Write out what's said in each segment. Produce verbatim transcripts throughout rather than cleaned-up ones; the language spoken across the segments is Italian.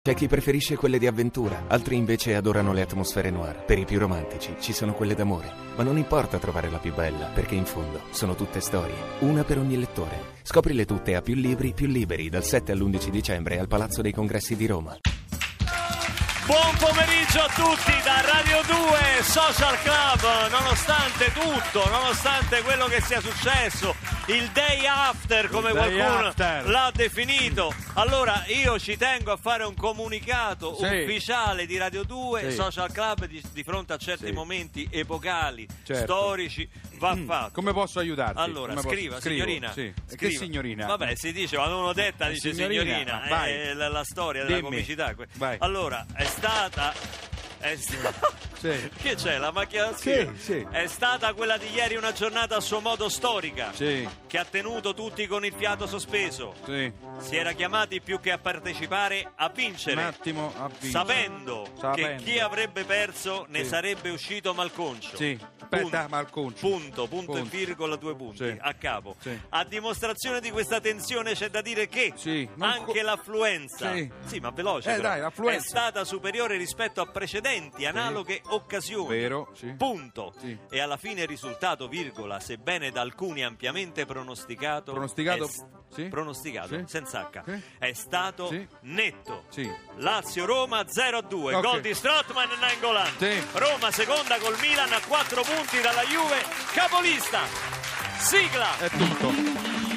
C'è chi preferisce quelle di avventura, altri invece adorano le atmosfere noir. Per i più romantici ci sono quelle d'amore, ma non importa trovare la più bella, perché in fondo sono tutte storie, una per ogni lettore. Scoprile tutte a Più Libri, Più Liberi, dal sette all'undici dicembre al Palazzo dei Congressi di Roma. Buon pomeriggio a tutti da Radio due Social Club. Nonostante tutto, nonostante quello che sia successo, il day after, come il day qualcuno after. l'ha definito. Allora io ci tengo a fare un comunicato sì. ufficiale di Radio due sì. Social Club di, di fronte a certi sì. momenti epocali, certo. storici. Va mm. fatto. Come posso aiutarti? Allora, Come scriva, posso... signorina. Sì. Scriva. Che signorina? Vabbè, si dice, quando uno detta dice signorina, signorina, vai. è la, la storia Dimmi. della comicità. Vai. Allora, è stata... È stata... Sì. Che c'è? La macchina da scrivere? Sì, sì. È stata quella di ieri una giornata a suo modo storica, Sì. che ha tenuto tutti con il fiato sospeso. Sì. Si era chiamati più che a partecipare a vincere. Un attimo, a vincere. Sapendo, Sapendo. che chi avrebbe perso ne Sì. sarebbe uscito malconcio. Sì. Aspetta, malconcio. Punto, punto, Punto. e virgola, due punti Sì. a capo. Sì. A dimostrazione di questa tensione c'è da dire che Sì, non anche co- l'affluenza, Sì. ma veloce Eh, però, dai, l'affluenza. è stata superiore rispetto a precedenti analoghe occasioni. Vero, sì. Punto. Sì. E alla fine il risultato, virgola, sebbene da alcuni ampiamente pronosticato, Pronosticato? è s- Sì. pronosticato, Sì. senza H, Sì. è stato Sì. netto. Sì. Lazio-Roma zero a due, Ok. gol di Strootman e Nainggolan. Sì. Roma seconda col Milan a quattro punti dalla Juve, capolista. Sigla. È tutto.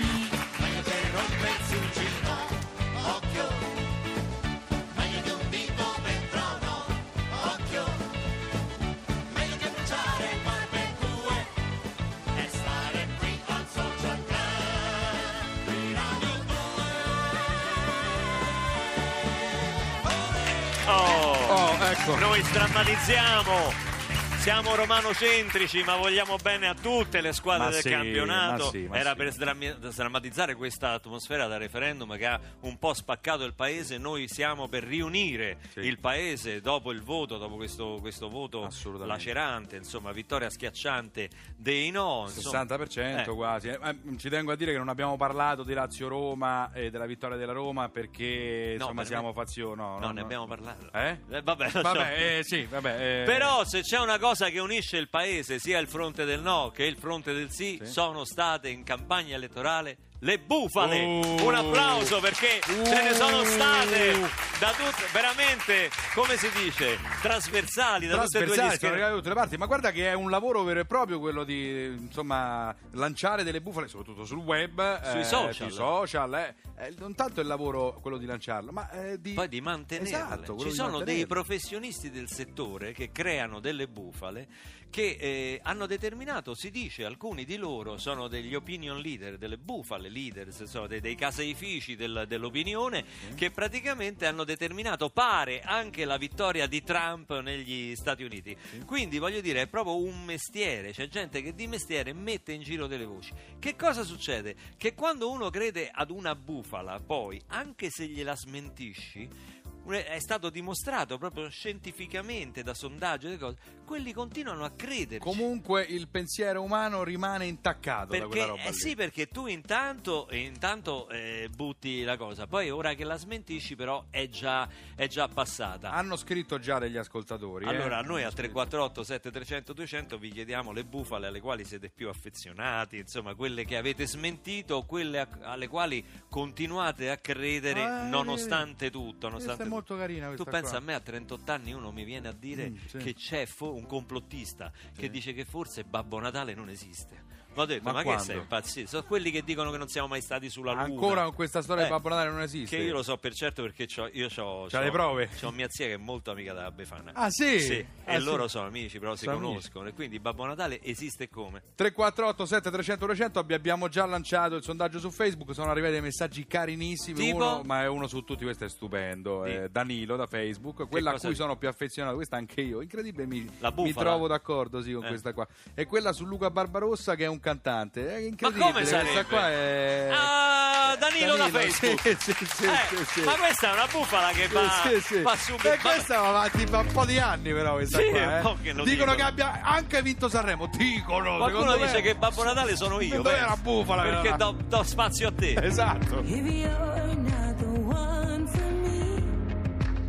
Oh, Oh, ecco. noi strammatizziamo. Siamo romanocentrici, ma vogliamo bene a tutte le squadre Ma del sì, campionato. ma sì, ma Era sì. per sdrammi- sdrammatizzare questa atmosfera da referendum che ha un po' spaccato il paese. Noi siamo per riunire Sì. il paese dopo il voto, dopo questo, questo voto Assolutamente. lacerante, insomma, vittoria schiacciante dei no. Insomma. sessanta per cento Eh. quasi. Eh, eh, ci tengo a dire che non abbiamo parlato di Lazio-Roma e della vittoria della Roma perché No, insomma per siamo me- fazio. No, No, no, ne no. abbiamo parlato. Eh? Eh, vabbè, lasciamo- Vabbè, eh, sì, vabbè. eh. Però se c'è una cosa che unisce il paese, sia il fronte del no che il fronte del sì, Sì. sono state in campagna elettorale le bufale. Uh. Un applauso perché Uh. ce ne sono state da tutte, veramente, come si dice, trasversali da tutte e due gli Trasversali, sono schieramenti. arrivati da tutte le parti, ma guarda che è un lavoro vero e proprio quello di insomma lanciare delle bufale, soprattutto sul web, Sui eh, social. sui social eh. Eh, non tanto il lavoro quello di lanciarlo, ma eh, di Poi di mantenerle. Esatto, quello Ci di sono dei mantenerle. professionisti del settore che creano delle bufale che eh, hanno determinato, si dice, alcuni di loro sono degli opinion leader, delle bufale leaders, insomma, dei, dei caseifici del, dell'opinione, Sì. che praticamente hanno determinato, pare, anche la vittoria di Trump negli Stati Uniti. Sì. Quindi voglio dire, è proprio un mestiere, c'è gente che di mestiere mette in giro delle voci. Che cosa succede? Che quando uno crede ad una bufala, poi, anche se gliela smentisci, è stato dimostrato proprio scientificamente da sondaggi e le cose, quelli continuano a crederci. Comunque il pensiero umano rimane intaccato da Perché, quella roba eh lì. sì, perché tu intanto, intanto eh, butti la cosa, poi ora che la smentisci però è già, è già passata. Hanno scritto già degli ascoltatori. Allora, eh? noi Hanno al tre quattro otto sette tre zero zero due zero zero vi chiediamo le bufale alle quali siete più affezionati, insomma, quelle che avete smentito, quelle a- alle quali continuate a credere Ah, nonostante tutto. Questa Nonostante è molto carina Tu questa pensa qua. a me a trentotto anni uno mi viene a dire Mm, sì. che c'è fo- un complottista Sì. che dice che forse Babbo Natale non esiste. Ma ho detto, Ma ma, che quando? sei impazzito? Sono quelli che dicono che non siamo mai stati sulla Luna. Ancora con questa storia Eh, di Babbo Natale non esiste. Che io lo so per certo perché c'ho, io c'ho, C'ha le prove? C'ho mia zia che è molto amica della Befana. Ah, sì? Sì, Ah, e sì. loro sono amici, però si Sono amici. conoscono. E quindi Babbo Natale esiste come? tre quattro otto sette tre zero zero due zero zero abbi- abbiamo già lanciato il sondaggio su Facebook, sono arrivati dei messaggi carinissimi, Tipo? uno, ma è uno su tutti, questo è stupendo, Sì. eh, Danilo da Facebook, quella a cosa cui dice? sono più affezionato, questa anche io, incredibile, mi, La mi bufala? trovo d'accordo sì, con Eh. questa qua, e quella su Luca Barbarossa che è un cantante, è incredibile, come sarebbe? questa qua è... Ah, Danilo, da Facebook. Sì, sì, sì, Eh, sì, sì. Ma questa è una bufala che va, Sì, sì. va subito. E questa va avanti da un po' di anni però questa Sì, qua, un eh. po' che lo dicono dicono. che abbia anche vinto Sanremo, dicono Qualcuno secondo dice me. che Babbo Natale sono io. Dov'è pensa. la bufala? Perché do, do spazio a te. Esatto. If you're not the one for me,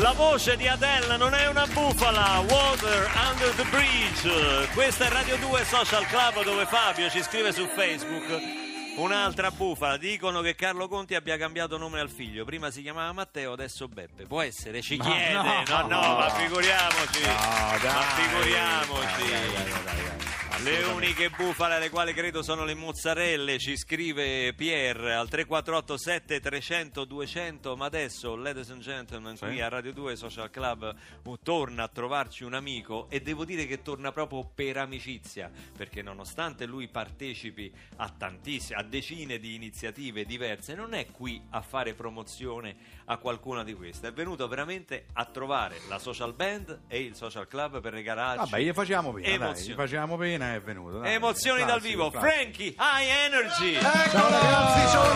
La voce di Adele non è una bufala. Water Under the Bridge. Questa è Radio due Social Club, dove Fabio ci scrive su Facebook: un'altra bufala. Dicono che Carlo Conti abbia cambiato nome al figlio. Prima si chiamava Matteo, adesso Beppe. Può essere? Ci chiede. No, no, no, no, ma figuriamoci. No, dai, ma figuriamoci. Dai, dai, dai, dai, dai. Le uniche bufale alle quali credo sono le mozzarelle, ci scrive Pier al tre quattro otto sette trecento duecento. Ma adesso, ladies and gentlemen, qui a Radio due Social Club uh, torna a trovarci un amico, e devo dire che torna proprio per amicizia, perché nonostante lui partecipi a tantissime, a decine di iniziative diverse, non è qui a fare promozione a qualcuna di queste. È venuto veramente a trovare la Social Band e il Social Club per regalarci. Vabbè, gli facciamo pena, emozioni. Dai, gli facciamo pena. È venuto, dai. Emozioni classico, dal vivo, classico. Frankie High Energy. Eccolo. Ciao ragazzi, ciao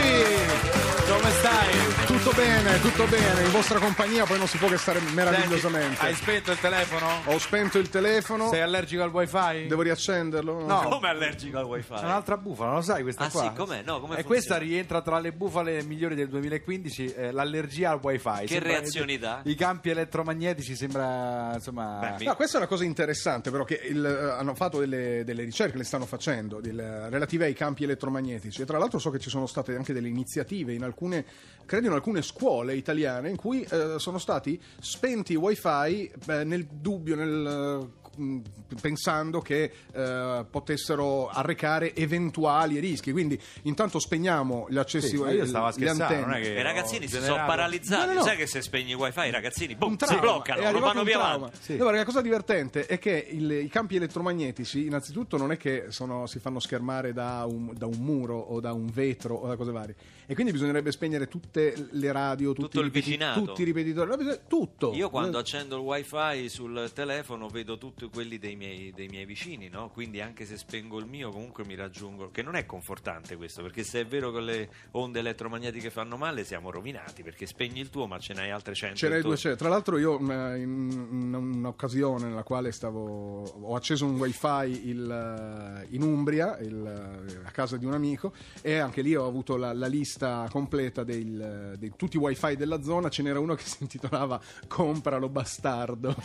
amici. Come stai? Tutto bene, tutto bene. In vostra compagnia poi non si può che stare meravigliosamente. Senti, hai spento il telefono? Ho spento il telefono. Sei allergico al wifi? Devo riaccenderlo? No. Come allergico al wifi? C'è un'altra bufala, lo sai questa ah, qua? Ah sì, com'è? No, com'è e questa rientra tra le bufale migliori del duemilaquindici, eh, l'allergia al wifi. Che sembra, reazioni dà? I campi elettromagnetici sembra, insomma... Beh, mi... no, questa è una cosa interessante, però, che il, hanno fatto delle, delle ricerche, le stanno facendo, del, relative ai campi elettromagnetici, e tra l'altro so che ci sono state anche delle iniziative in alcune, credo in alcune scuole italiane, in cui eh, sono stati spenti i wifi eh, nel dubbio, nel... pensando che eh, potessero arrecare eventuali rischi. Quindi intanto spegniamo gli accessi, sì, io stavo le antenne. Non è che i ragazzini si sono paralizzati. No, no, no. Sai che se spegni il wifi i ragazzini boom, si bloccano, non vanno via avanti. Sì. No, la cosa divertente è che il, i campi elettromagnetici innanzitutto non è che sono, si fanno schermare da un, da un muro o da un vetro o da cose varie, e quindi bisognerebbe spegnere tutte le radio, tutti tutto i ripeti- il vicinato, tutti i ripetitori, tutto. Io quando accendo il wifi sul telefono vedo tutti quelli dei miei, dei miei vicini, no? Quindi anche se spengo il mio comunque mi raggiungo, che non è confortante questo, perché se è vero che le onde elettromagnetiche fanno male siamo rovinati, perché spegni il tuo ma ce n'hai altre cento. Ce n'hai duecento. Tra l'altro io in un'occasione nella quale stavo, ho acceso un wifi il, in Umbria il, a casa di un amico, e anche lì ho avuto la, la lista completa del, di tutti i wifi della zona. Ce n'era uno che si intitolava "Compralo bastardo".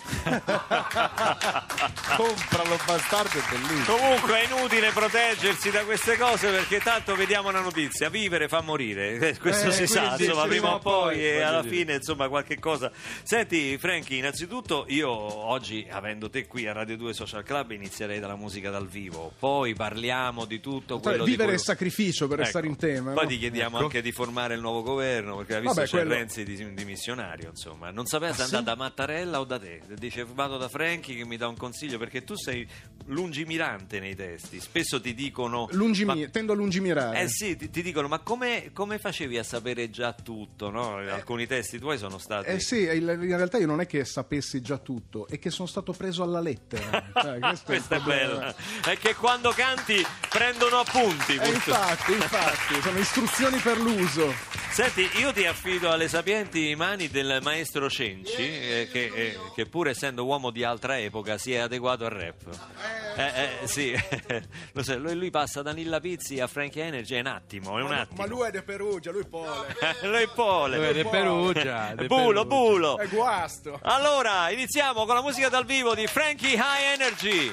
Compralo bastardo, è bellissimo. Comunque è inutile proteggersi da queste cose, perché tanto vediamo una notizia: vivere fa morire, eh, questo eh, si sa, insomma, prima o poi, poi e alla dire. fine insomma qualche cosa. Senti Frankie, innanzitutto io oggi, avendo te qui a Radio due Social Club, inizierei dalla musica dal vivo, poi parliamo di tutto quello cioè, vivere di quello... è sacrificio, per ecco. restare in tema, poi no? ti chiediamo ecco. anche di formare il nuovo governo, perché hai visto Vabbè, c'è quello... Renzi di, di missionario, insomma non sapeva se ah, andare sì? da Mattarella o da te. Dice vado da Frankie che mi dà un consiglio, perché tu sei lungimirante nei testi, spesso ti dicono Lungimi... ma... tendo a lungimirare. Eh sì, ti, ti dicono ma come, come facevi a sapere già tutto, no? Eh, alcuni testi tuoi sono stati eh sì, in realtà io non è che sapessi già tutto, è che sono stato preso alla lettera. Cioè, questo questa è, è bella, è che quando canti prendono appunti, eh, infatti, infatti sono istruzioni per l'uso. Senti, io ti affido alle sapienti mani del maestro Cenci, eh, che, eh, che pur essendo uomo di altra epoca si è adeguato al rap. Eh, eh, sì, lo so, lui, lui passa da Nilla Pizzi a Frankie Energy, è un attimo, è un ma, attimo. Ma lui è di Perugia, lui pole. lui pole. Lui è di Perugia. Bulo, bulo. È guasto. Allora, iniziamo con la musica dal vivo di Frankie High Energy.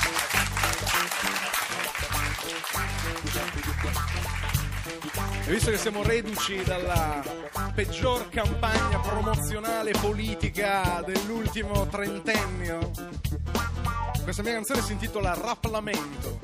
E visto che siamo reduci dalla peggior campagna promozionale politica dell'ultimo trentennio, questa mia canzone si intitola Rap Lamento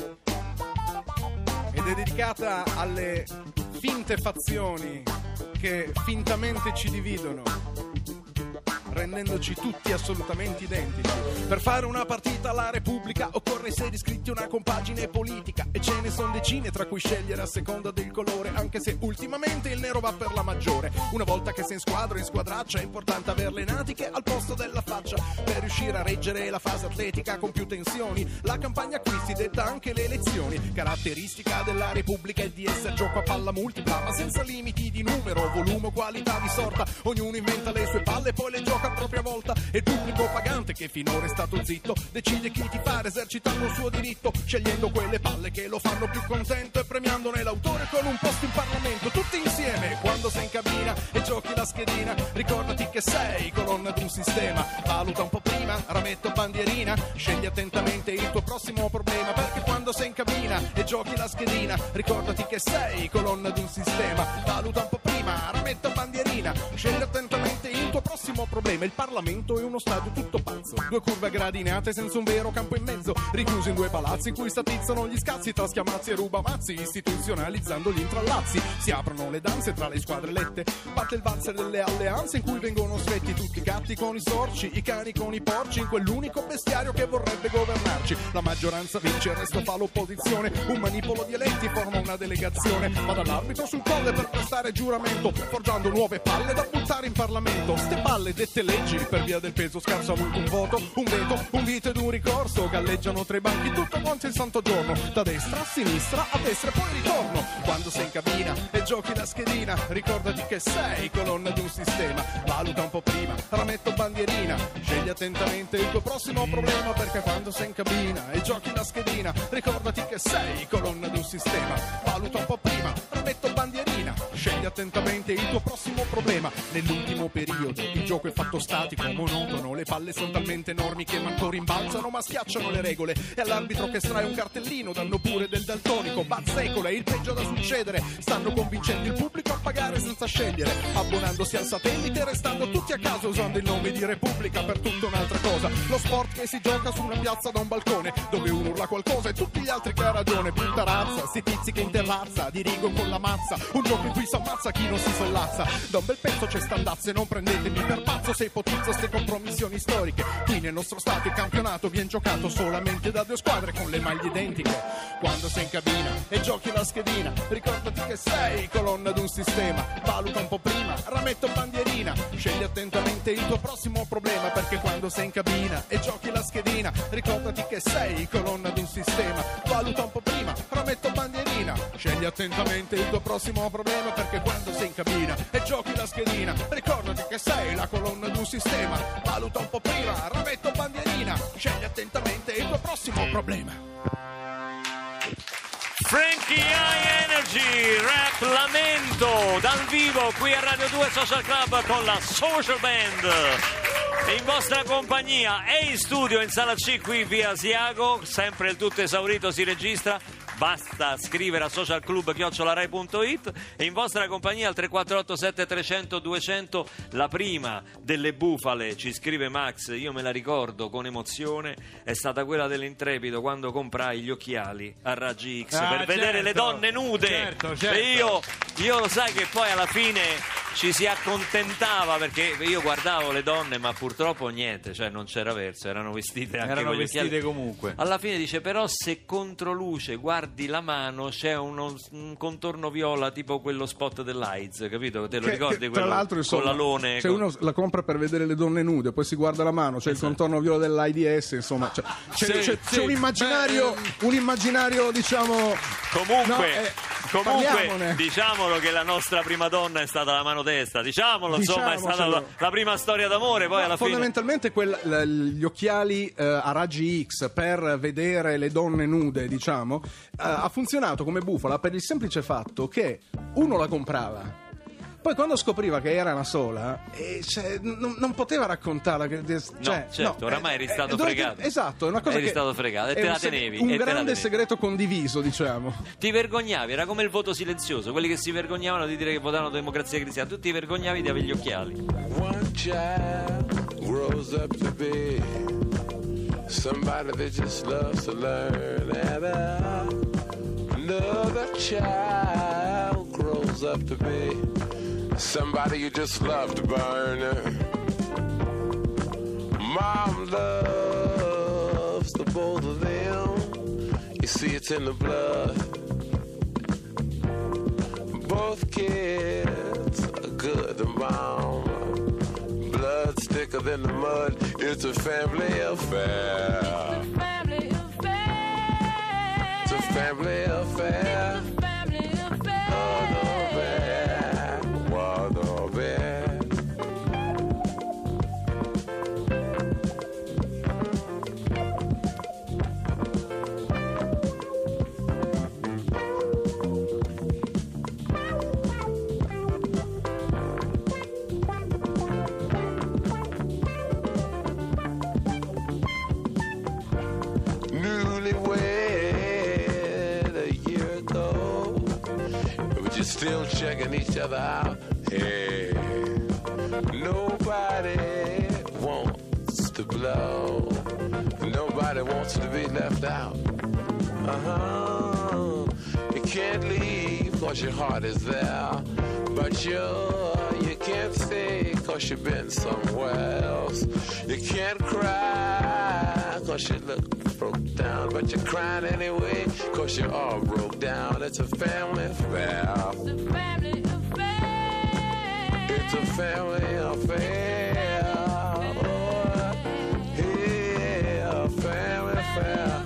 ed è dedicata alle finte fazioni che fintamente ci dividono, rendendoci tutti assolutamente identici. Per fare una partita alla Repubblica occorre essere iscritti a una compagine politica, e ce ne sono decine tra cui scegliere a seconda del colore, anche se ultimamente il nero va per la maggiore. Una volta che sei in squadra, in squadraccia, è importante aver le natiche al posto della faccia per riuscire a reggere la fase atletica con più tensioni. La campagna qui si detta anche le elezioni. Caratteristica della Repubblica è di essere gioco a palla multipla, ma senza limiti di numero, volume o qualità di sorta. Ognuno inventa le sue palle e poi le gioca propria volta e il pubblico pagante che finora è stato zitto decide chi tifare esercitando il suo diritto, scegliendo quelle palle che lo fanno più contento e premiandone l'autore con un posto in Parlamento. Tutti insieme quando sei in cabina e giochi la schedina, ricordati che sei colonna di un sistema, valuta un po' prima, rametto bandierina, scegli attentamente il tuo prossimo problema, perché quando sei in cabina e giochi la schedina, ricordati che sei colonna di un sistema, valuta un po' prima, rametto bandierina, scegli attentamente il tuo prossimo problema. Il Parlamento è uno stadio tutto pazzo, due curve gradinate senza un vero campo in mezzo, richiusi in due palazzi in cui statizzano gli scazzi tra schiamazzi e rubamazzi, istituzionalizzando gli intrallazzi. Si aprono le danze tra le squadre elette, parte il valzer delle alleanze in cui vengono svetti tutti i gatti con i sorci, i cani con i porci, in quell'unico bestiario che vorrebbe governarci. La maggioranza vince, il resto fa l'opposizione, un manipolo di eletti forma una delegazione, va dall'arbitro sul colle per prestare giuramento, forgiando nuove palle da buttare in Parlamento. Ste palle dette leggi per via del peso scarso ha avuto un voto, un veto, un vito ed un ricorso, galleggiano tra i banchi tutto quanto il santo giorno, da destra a sinistra, a destra e poi ritorno. Quando sei in cabina e giochi la schedina, ricordati che sei colonna di un sistema, valuta un po' prima, rametto bandierina, scegli attentamente il tuo prossimo problema, perché quando sei in cabina e giochi la schedina, ricordati che sei colonna di un sistema, valuta un po' prima, rametto bandierina, scegli attentamente il tuo prossimo problema. Nell'ultimo periodo il gioco è fatto statico, monotono, le palle sono talmente enormi che manco rimbalzano ma schiacciano le regole, e all'arbitro che estrae un cartellino danno pure del daltonico. Bazzecola, è il peggio da succedere, stanno convincendo il pubblico a pagare senza scegliere, abbonandosi al satellite e restando tutti a casa usando il nome di Repubblica per tutta un'altra cosa. Lo sport che si gioca su una piazza da un balcone, dove uno urla qualcosa e tutti gli altri che ha ragione, punta razza, sti tizi che interrazza, dirigo con la mazza, un gioco in cui s'ammazza chi non si sollazza. Da un bel pezzo c'è standazze, non prendetemi per pazzo se ipotizzo ste compromissioni storiche. Qui nel nostro stato il campionato viene giocato solamente da due squadre con le maglie identiche. Quando sei in cabina e giochi la schedina, ricordati che sei colonna d'un sistema, valuta un po' prima, rametto bandierina, scegli attentamente il tuo prossimo problema, perché quando sei in cabina e giochi la schedina, ricordati che sei colonna d'un sistema, valuta un po' prima, rametto bandierina, scegli attentamente il tuo prossimo problema, perché quando sei in cabina e giochi la schedina, ricordati che sei la colonna d'un sistema, valuta un po' prima, rametto bandierina, scegli attentamente il tuo prossimo problema. Frankie High Energy, rap lamento dal vivo qui a Radio due Social Club con la Social Band. E in vostra compagnia è in studio in sala C qui via Asiago, sempre il tutto esaurito si registra. Basta scrivere a socialclub chiocciola rai punto it e in vostra compagnia al tre quattro otto sette trecento duecento. La prima delle bufale, ci scrive Max, io me la ricordo con emozione, è stata quella dell'Intrepido quando comprai gli occhiali a raggi X ah, per certo, vedere le donne nude. Certo, certo. E io, io lo sai che poi alla fine ci si accontentava, perché io guardavo le donne ma purtroppo niente, cioè non c'era verso, erano vestite anche erano con gli vestite occhiali. comunque. Alla fine dice però se contro luce guardi la mano c'è uno, un contorno viola tipo quello spot dell'AIDS, capito? Te lo Che- ricordi che, quello tra l'altro, insomma, con l'alone? se con- uno la compra per vedere le donne nude, poi si guarda la mano, c'è il contorno viola dell'AIDS, insomma, c'è, c'è, Sì, c'è- sì. c'è un immaginario, Beh, un immaginario, diciamo. Comunque, No, eh, comunque parliamone. diciamolo che la nostra prima donna è stata la mano destra, diciamolo, insomma, è stata la, Diciamocelo. la prima storia d'amore, poi No, alla fine... fondamentalmente quel- l- gli occhiali eh, a raggi X per vedere le donne nude, diciamo, eh, ha funzionato come bufala per il semplice fatto che uno la comprava. Poi quando scopriva che era una sola, eh, cioè, non, non poteva raccontarla. Che, cioè, No, certo, oramai eri stato dove- fregato. Esatto, è una cosa Eri che stato fregato e è te la un se- tenevi, Un e te la grande tenevi. segreto condiviso, diciamo. Ti vergognavi, era come il voto silenzioso, quelli che si vergognavano di dire che votavano Democrazia Cristiana, tu ti vergognavi di avere gli occhiali. One child grows up to be somebody that just loves to learn, and uh, another child grows up to be somebody you just love to burn. Mom loves the both of them. You see, it's in the blood. Both kids are good to mom. Blood's thicker than the mud. It's a family affair. Family affair. It's a family affair. Family affair. Oh, no, bad. Oh, no, bad. still checking each other out. Hey, nobody wants to blow. Nobody wants to be left out. Uh-huh. You can't leave cause your heart is there. But you, you can't stay cause you've been somewhere else. You can't cry cause you look broke down. But you're crying anyway cause you're all broke down. It's a family affair. It's a family affair. It's a family affair. Oh, yeah, a family affair.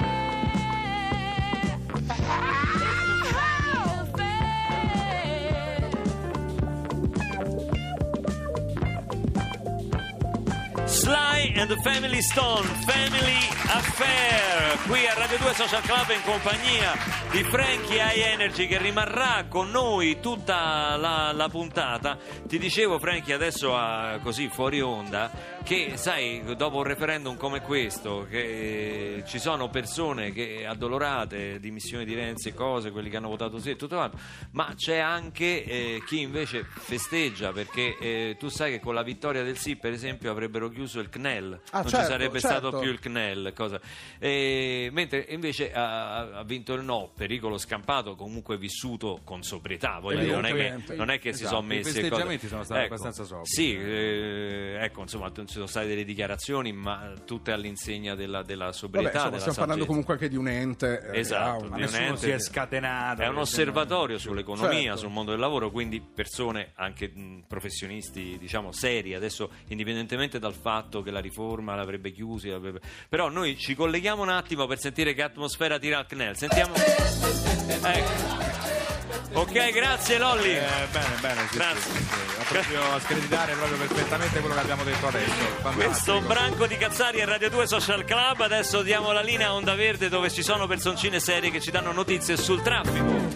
Sly and the Family Stone, Family Affair, qui a Radio due Social Club in compagnia di Frankie High Energy, che rimarrà con noi tutta la, la puntata. Ti dicevo, Frankie, adesso a, così fuori onda, che sai, dopo un referendum come questo, che ci sono persone che addolorate, dimissioni di Renzi e cose, quelli che hanno votato sì e tutto quanto, ma c'è anche eh, chi invece festeggia, perché eh, tu sai che con la vittoria del sì, per esempio, avrebbero chiuso il C N E L, Ah, non certo, ci sarebbe certo. stato più il C N E L, cosa. E, mentre invece ha, ha vinto il no, pericolo scampato, comunque vissuto con sobrietà, voglio dire, non è che, Evidentemente. non è che si Esatto, sono i messi festeggiamenti cose- sono stati ecco, abbastanza sobri. sì, eh, ecco, insomma, ci sono state delle dichiarazioni, ma tutte all'insegna della, della Vabbè, sobrietà, insomma, della stiamo parlando saggezza. comunque anche di un ente. eh, Esatto, ha una- di un Nessuno ente si è che- scatenato. È un osservatorio sull'economia, Certo. sul mondo del lavoro, quindi persone, anche mh, professionisti, diciamo, seri, adesso indipendentemente dal fatto che la riforma l'avrebbe chiusi, l'avrebbe- però noi ci colleghiamo un attimo per sentire che atmosfera tira il C N E L. Sentiamo. Ecco. Ok, grazie Lolli. Eh, bene, bene, sì, Grazie. sì, sì. Ha proprio a screditare proprio perfettamente quello che abbiamo detto adesso. Fantastico. Questo branco di Cazzari è Radio due Social Club. Adesso diamo la linea a Onda Verde, dove ci sono personcine serie che ci danno notizie sul traffico.